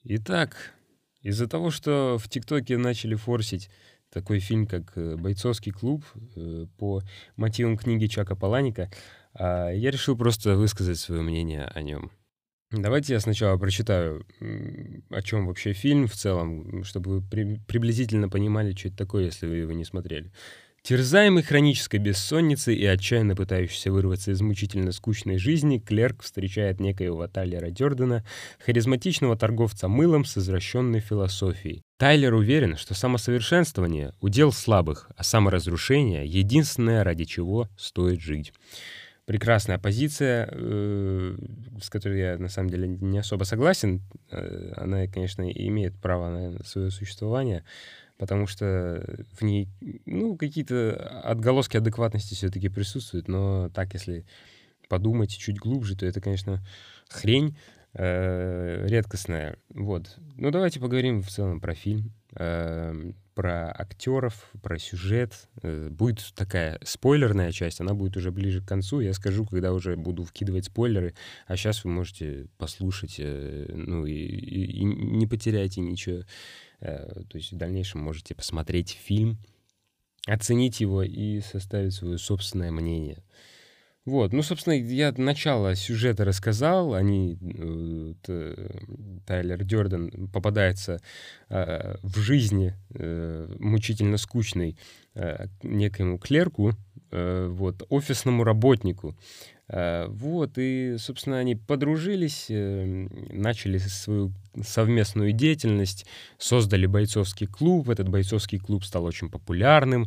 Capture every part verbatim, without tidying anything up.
Итак, из-за того, что в ТикТоке начали форсить такой фильм, как э, «Бойцовский клуб» э, по мотивам книги Чака Паланика, а, я решил просто высказать свое мнение о нем. Давайте я сначала прочитаю, м, о чем вообще фильм в целом, м, чтобы вы при- приблизительно понимали, что это такое, если вы его не смотрели. Терзаемый хронической бессонницей и отчаянно пытающийся вырваться из мучительно скучной жизни, клерк встречает некоего Тайлера Дёрдена, харизматичного торговца мылом с извращенной философией. Тайлер уверен, что самосовершенствование — удел слабых, а саморазрушение — единственное, ради чего стоит жить. Прекрасная позиция, э, с которой я на самом деле не особо согласен. Э, Она, конечно, имеет право на свое существование, потому что в ней, ну, какие-то отголоски адекватности все-таки присутствуют, но так, если подумать чуть глубже, то это, конечно, хрень э, редкостная. Вот. Ну, давайте поговорим в целом про фильм, э, про актеров, про сюжет. Э, будет такая спойлерная часть, она будет уже ближе к концу. Я скажу, когда уже буду вкидывать спойлеры, а сейчас вы можете послушать, э, ну, и, и- и не потеряйте ничего. Э, то есть в дальнейшем можете посмотреть фильм, оценить его и составить свое собственное мнение. Вот, ну, собственно, я начало сюжета рассказал. Они, э, т- Тайлер Дёрден попадается э, в жизни э, мучительно скучной э, некоему клерку, э, вот, офисному работнику. Э, вот, и, собственно, они подружились, э, начали свою совместную деятельность, создали бойцовский клуб. Этот бойцовский клуб стал очень популярным.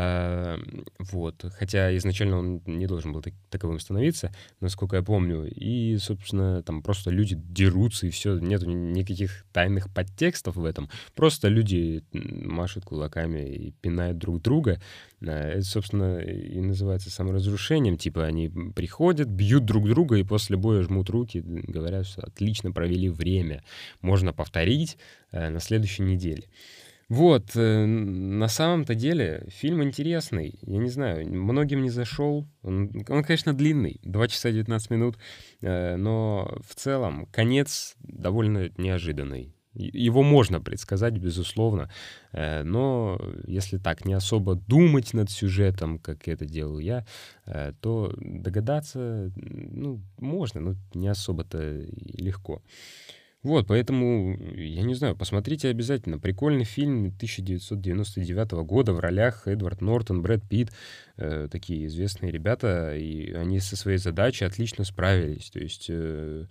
Э, вот. Хотя изначально он не должен был так- таковым становиться, насколько я помню. И, собственно, там просто люди дерутся, и все. Нету ни- никаких тайных подтекстов в этом. Просто люди м, машут кулаками и пинают друг друга. Э, Это, собственно, и называется саморазрушением. Типа они приходят, бьют друг друга, и после боя жмут руки, говорят, что отлично провели время. Можно повторить э, на следующей неделе. Вот, э, на самом-то деле фильм интересный. Я не знаю, многим не зашел. Он, он, конечно, длинный, два часа девятнадцать минут, э, но в целом конец довольно неожиданный. И- Его можно предсказать, безусловно, э, но если так не особо думать над сюжетом, как это делаю я, э, то догадаться, ну, можно, но не особо-то и легко. Вот, поэтому, я не знаю, посмотрите обязательно. Прикольный фильм тысяча девятьсот девяносто девятого года, в ролях Эдвард Нортон, Брэд Питт, э, такие известные ребята, и они со своей задачей отлично справились. То есть э,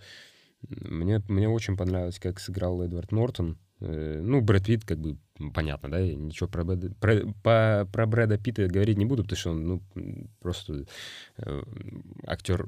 мне, мне очень понравилось, как сыграл Эдвард Нортон. Э, ну, Брэд Питт, как бы, м, понятно, да, я ничего про, Брэда- про, по- про Брэда Питта говорить не буду, потому что он, ну, м, просто э, актер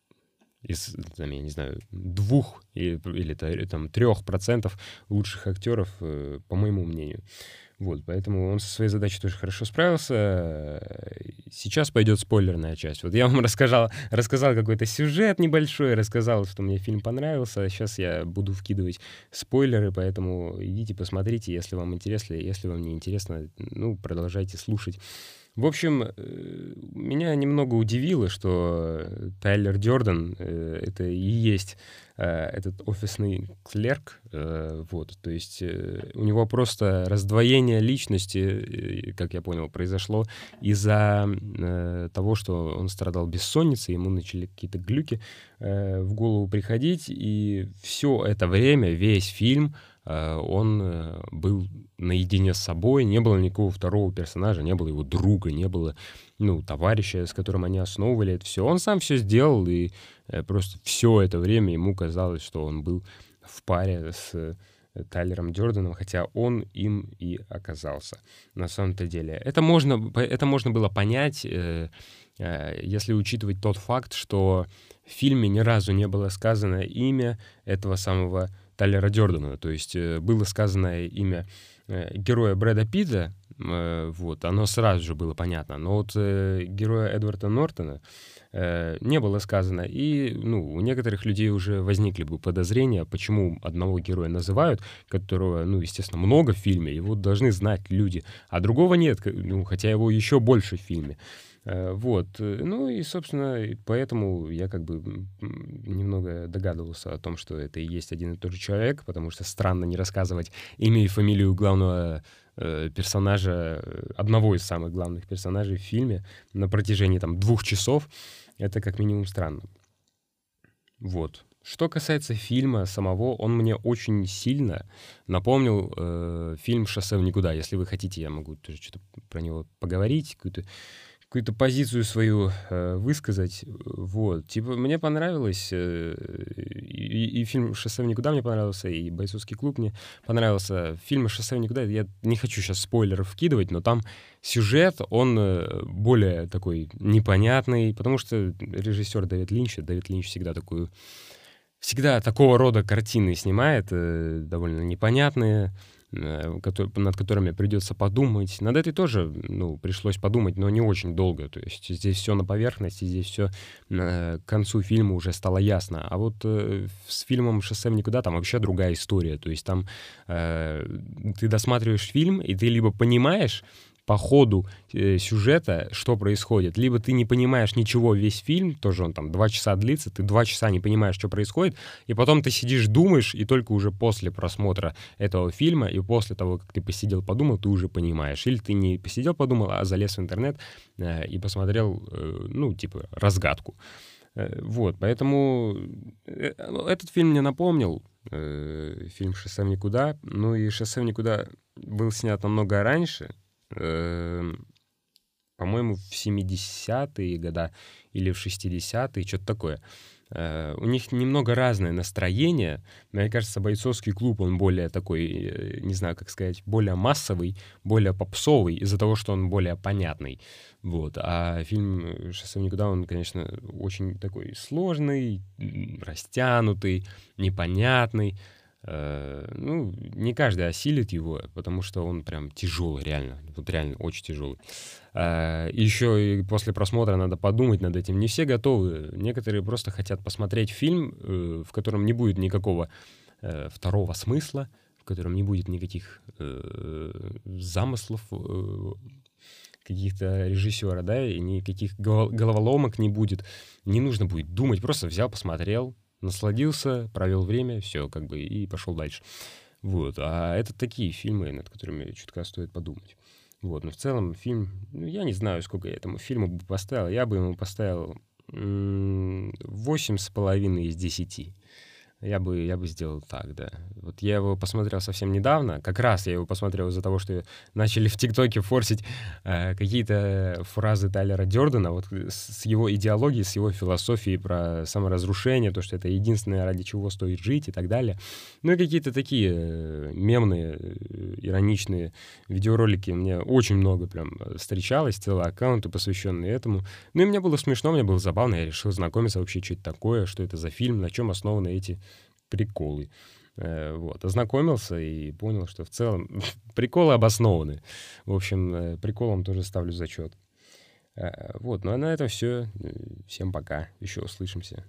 из, там, я не знаю, двух или, или, та- или там трех процентов лучших актеров, э, по моему мнению. Вот, поэтому он со своей задачей тоже хорошо справился. Э, Сейчас пойдет спойлерная часть. Вот я вам рассказал, рассказал какой-то сюжет небольшой, рассказал, что мне фильм понравился. А сейчас я буду вкидывать спойлеры, поэтому идите посмотрите, если вам интересно. Если вам не интересно, ну, продолжайте слушать. В общем, э, меня немного удивило, что э, Тайлер Дёрден э, это и есть э, этот офисный клерк. э, Вот, то есть э, у него просто раздвоение личности, э, как я понял, произошло из-за э, того, что он страдал бессонницей, ему начали какие-то глюки э, в голову приходить, и все это время, весь фильм, э, он э, был наедине с собой, не было никакого второго персонажа, не было его друга, не было, ну, товарища, с которым они основывали это все. Он сам все сделал, и э, просто все это время ему казалось, что он был в паре с э, Тайлером Дёрденом, хотя он им и оказался на самом-то деле. Это можно, по- это можно было понять, э, э, если учитывать тот факт, что в фильме ни разу не было сказано имя этого самого Тайлера Дёрдена. То есть э, было сказано имя э, героя Брэда Питта, э, вот, оно сразу же было понятно. Но вот э, героя Эдварда Нортона э, не было сказано. И, ну, у некоторых людей уже возникли бы подозрения, почему одного героя называют, которого, ну, естественно, много в фильме, его должны знать люди, а другого нет, к- ну, хотя его еще больше в фильме. Э, вот. э, Ну и, собственно, и поэтому я как бы м, м, немного догадывался о том, что это и есть один и тот же человек, потому что странно не рассказывать имя и фамилию главного э, персонажа, э, одного из самых главных персонажей в фильме на протяжении там двух часов. Это как минимум странно. Вот. Что касается фильма самого, он мне очень сильно напомнил э, фильм «Шоссе в никуда». Если вы хотите, я могу тоже что-то про него поговорить, какую-то какую-то позицию свою э, высказать. Вот. Типа, мне понравилось, э, и, и фильм «Шоссе в никуда» мне понравился, и «Бойцовский клуб» мне понравился. Фильм «Шоссе в никуда», я не хочу сейчас спойлеров вкидывать, но там сюжет, он э, более такой непонятный, потому что режиссер Дэвид Линч, Дэвид Линч всегда такую всегда такого рода картины снимает, э, довольно непонятные, э, кото- над которыми придется подумать. Над этой тоже, ну, пришлось подумать, но не очень долго. То есть здесь все на поверхности, здесь все к концу фильма уже стало ясно. А вот э, с фильмом «Шоссе в никуда» там вообще другая история. То есть там э, ты досматриваешь фильм, и ты либо понимаешь по ходу э, сюжета, что происходит. Либо ты не понимаешь ничего весь фильм, тоже он там два часа длится, ты два часа не понимаешь, что происходит, и потом ты сидишь, думаешь, и только уже после просмотра этого фильма и после того, как ты посидел, подумал, ты уже понимаешь. Или ты не посидел, подумал, а залез в интернет э, и посмотрел, э, ну, типа, разгадку. Э, вот, поэтому э, этот фильм мне напомнил э, фильм «Шоссе в никуда». Ну и «Шоссе в никуда» был снят намного раньше, эм, по-моему, в семидесятые года или в шестидесятые, что-то такое. Э, У них немного разное настроение. Мне кажется, «Бойцовский клуб», он более такой, э, не знаю, как сказать, более массовый, более попсовый из-за того, что он более понятный. Вот. А фильм э, «Шоссе в никуда», он, конечно, очень такой сложный, м, растянутый, непонятный. Э, Ну, не каждый осилит его, потому что он прям тяжелый, реально. Вот реально очень тяжелый. А, и еще и после просмотра надо подумать над этим. Не все готовы. Некоторые просто хотят посмотреть фильм, э, в котором не будет никакого э, второго смысла, в котором не будет никаких э, замыслов э, каких-то режиссера, да, и никаких голо- головоломок не будет. Не нужно будет думать, просто взял, посмотрел, насладился, провел время, все, как бы, и пошел дальше. Вот. А это такие фильмы, над которыми чутка стоит подумать. Вот. Но в целом фильм, ну, я не знаю, сколько я этому фильму бы поставил. Я бы ему поставил м, восемь с половиной из десяти. Я бы, я бы сделал так, да. Вот я его посмотрел совсем недавно. Как раз я его посмотрел из-за того, что начали в ТикТоке форсить э, какие-то фразы Тайлера Дёрдена, вот с с его идеологией, с его философией про саморазрушение, то, что это единственное, ради чего стоит жить и так далее. Ну и какие-то такие э, мемные, э, ироничные видеоролики мне очень много прям э, встречалось, целые аккаунты, посвященные этому. Ну и мне было смешно, мне было забавно, я решил знакомиться вообще, что это такое, что это за фильм, на чем основаны эти приколы. Э, Вот, ознакомился и понял, что в целом приколы обоснованы. В общем, э, приколам тоже ставлю зачет. Э, Вот, ну а на этом все. Всем пока. Еще услышимся.